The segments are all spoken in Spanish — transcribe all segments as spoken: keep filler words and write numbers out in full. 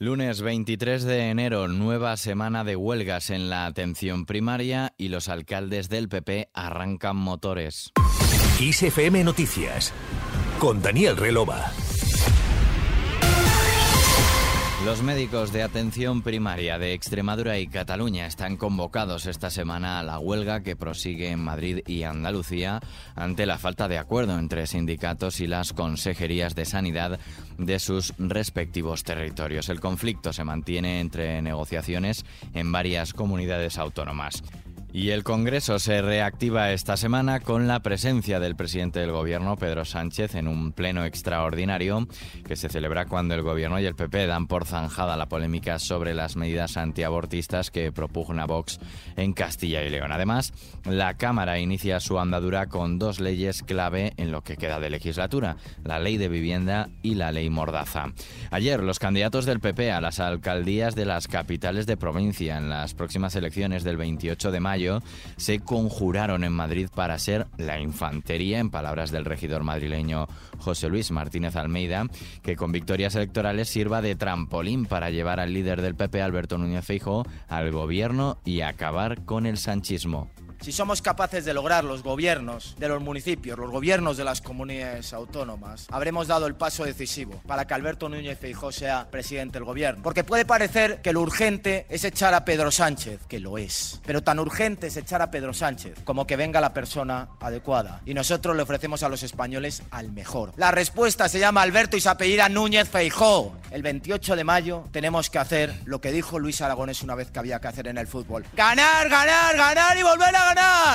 Lunes veintitrés de enero, nueva semana de huelgas en la atención primaria y los alcaldes del P P arrancan motores. Kiss F M Noticias, con Daniel Relova. Los médicos de atención primaria de Extremadura y Cataluña están convocados esta semana a la huelga que prosigue en Madrid y Andalucía ante la falta de acuerdo entre sindicatos y las consejerías de sanidad de sus respectivos territorios. El conflicto se mantiene entre negociaciones en varias comunidades autónomas. Y el Congreso se reactiva esta semana con la presencia del presidente del Gobierno, Pedro Sánchez, en un pleno extraordinario que se celebra cuando el Gobierno y el P P dan por zanjada la polémica sobre las medidas antiabortistas que propugna Vox en Castilla y León. Además, la Cámara inicia su andadura con dos leyes clave en lo que queda de legislatura, la Ley de Vivienda y la Ley Mordaza. Ayer, los candidatos del P P a las alcaldías de las capitales de provincia en las próximas elecciones del veintiocho de mayo se conjuraron en Madrid para ser la infantería, en palabras del regidor madrileño José Luis Martínez Almeida, que con victorias electorales sirva de trampolín para llevar al líder del P P, Alberto Núñez Feijóo, al gobierno y acabar con el sanchismo. Si somos capaces de lograr los gobiernos de los municipios, los gobiernos de las comunidades autónomas, habremos dado el paso decisivo para que Alberto Núñez Feijóo sea presidente del gobierno. Porque puede parecer que lo urgente es echar a Pedro Sánchez, que lo es. Pero tan urgente es echar a Pedro Sánchez como que venga la persona adecuada. Y nosotros le ofrecemos a los españoles al mejor. La respuesta se llama Alberto y se apellida Núñez Feijóo. El veintiocho de mayo tenemos que hacer lo que dijo Luis Aragonés una vez que había que hacer en el fútbol. ¡Ganar, ganar, ganar y volver a ganar!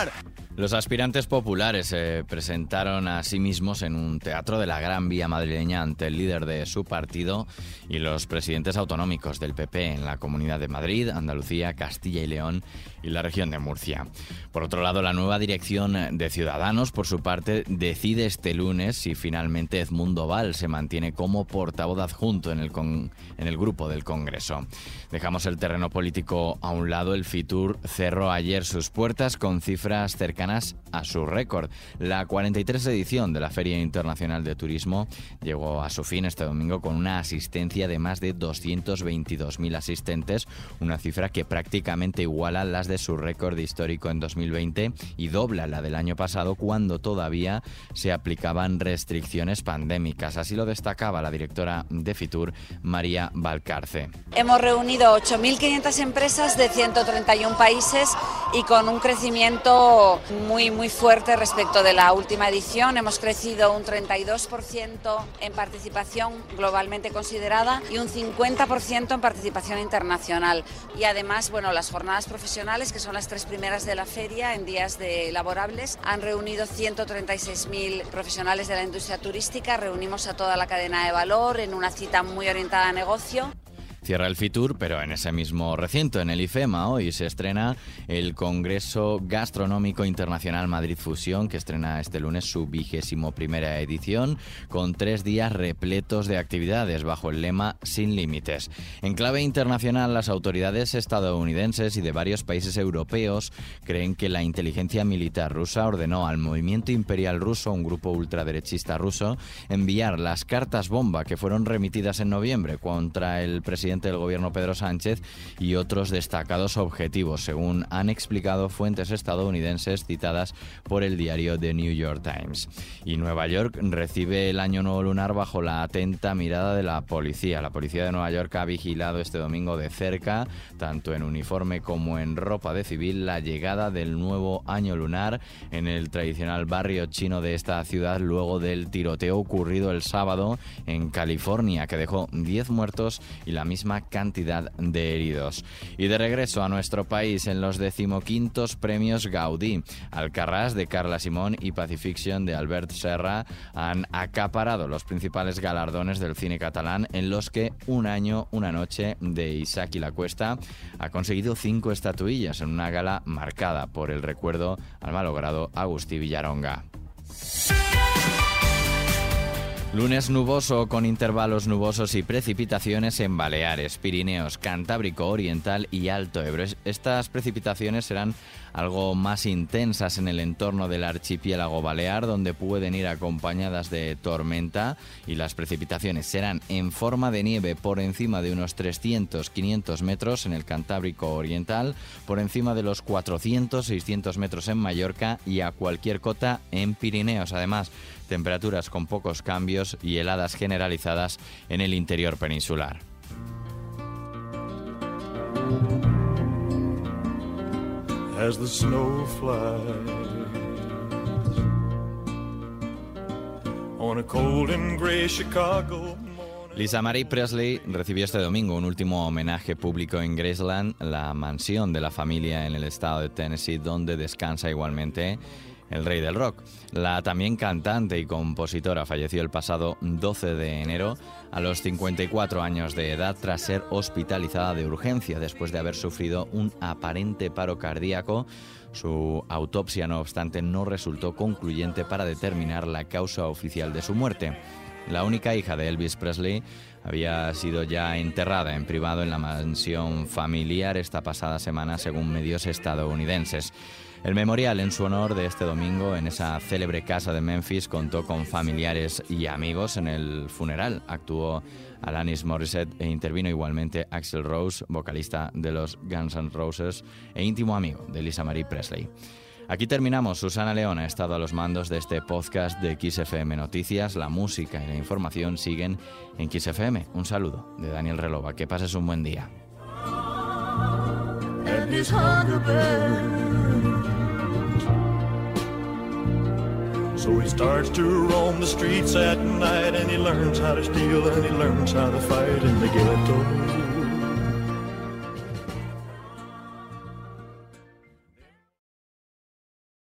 Los aspirantes populares se presentaron a sí mismos en un teatro de la Gran Vía madrileña ante el líder de su partido y los presidentes autonómicos del P P en la Comunidad de Madrid, Andalucía, Castilla y León y la región de Murcia. Por otro lado, la nueva dirección de Ciudadanos, por su parte, decide este lunes si finalmente Edmundo Val se mantiene como portavoz adjunto en el, con, en el grupo del Congreso. Dejamos el terreno político a un lado. El Fitur cerró ayer sus puertas con cifras cercanas a su récord. La cuarenta y tres edición de la Feria Internacional de Turismo llegó a su fin este domingo con una asistencia de más de doscientos veintidós mil asistentes, una cifra que prácticamente iguala las de su récord histórico en dos mil veinte y dobla la del año pasado, cuando todavía se aplicaban restricciones pandémicas. Así lo destacaba la directora de Fitur, María Valcarce. Hemos reunido ocho mil quinientas empresas de ciento treinta y uno países y con un crecimiento muy muy fuerte respecto de la última edición. Hemos crecido un treinta y dos por ciento en participación globalmente considerada y un cincuenta por ciento en participación internacional. Y además, bueno, las jornadas profesionales, que son las tres primeras de la feria en días de laborables, han reunido ciento treinta y seis mil profesionales de la industria turística. Reunimos a toda la cadena de valor en una cita muy orientada a negocio. Cierra el Fitur, pero en ese mismo recinto, en el IFEMA, hoy se estrena el Congreso Gastronómico Internacional Madrid Fusión, que estrena este lunes su vigésimo primera edición, con tres días repletos de actividades bajo el lema Sin Límites. En clave internacional, las autoridades estadounidenses y de varios países europeos creen que la inteligencia militar rusa ordenó al movimiento imperial ruso, un grupo ultraderechista ruso, enviar las cartas bomba que fueron remitidas en noviembre contra el presidente del gobierno Pedro Sánchez y otros destacados objetivos, según han explicado fuentes estadounidenses citadas por el diario The New York Times. Y Nueva York recibe el Año Nuevo Lunar bajo la atenta mirada de la policía. La policía de Nueva York ha vigilado este domingo de cerca, tanto en uniforme como en ropa de civil, la llegada del nuevo Año Lunar en el tradicional barrio chino de esta ciudad, luego del tiroteo ocurrido el sábado en California, que dejó diez muertos y la misma cantidad de heridos. Y de regreso a nuestro país, en los decimoquintos premios Gaudí, Alcarrás de Carla Simón y Pacifiction de Albert Serra han acaparado los principales galardones del cine catalán, en los que Un año, una noche de Isaac y la Cuesta ha conseguido cinco estatuillas en una gala marcada por el recuerdo al malogrado Agustí Villaronga. Lunes nuboso con intervalos nubosos y precipitaciones en Baleares, Pirineos, Cantábrico Oriental y Alto Ebro. Estas precipitaciones serán algo más intensas en el entorno del archipiélago balear, donde pueden ir acompañadas de tormenta, y las precipitaciones serán en forma de nieve por encima de unos trescientos a quinientos metros en el Cantábrico Oriental, por encima de los cuatrocientos a seiscientos metros en Mallorca y a cualquier cota en Pirineos. Además, temperaturas con pocos cambios y heladas generalizadas en el interior peninsular. As the snow flies on a cold and gray Chicago. Lisa Marie Presley recibió este domingo un último homenaje público en Graceland, la mansión de la familia en el estado de Tennessee, donde descansa igualmente el rey del rock. La también cantante y compositora falleció el pasado doce de enero a los cincuenta y cuatro años de edad tras ser hospitalizada de urgencia después de haber sufrido un aparente paro cardíaco. Su autopsia, no obstante, no resultó concluyente para determinar la causa oficial de su muerte. La única hija de Elvis Presley había sido ya enterrada en privado en la mansión familiar esta pasada semana, según medios estadounidenses. El memorial en su honor de este domingo en esa célebre casa de Memphis contó con familiares y amigos. En el funeral actuó Alanis Morissette e intervino igualmente Axl Rose, vocalista de los Guns N' Roses e íntimo amigo de Lisa Marie Presley. Aquí terminamos. Susana León ha estado a los mandos de este podcast de Kiss F M Noticias. La música y la información siguen en Kiss F M. Un saludo de Daniel Relova. Que pases un buen día. And his hunger burns. So he starts to roam the streets at night, and he learns how to steal and he learns how to fight in the ghetto.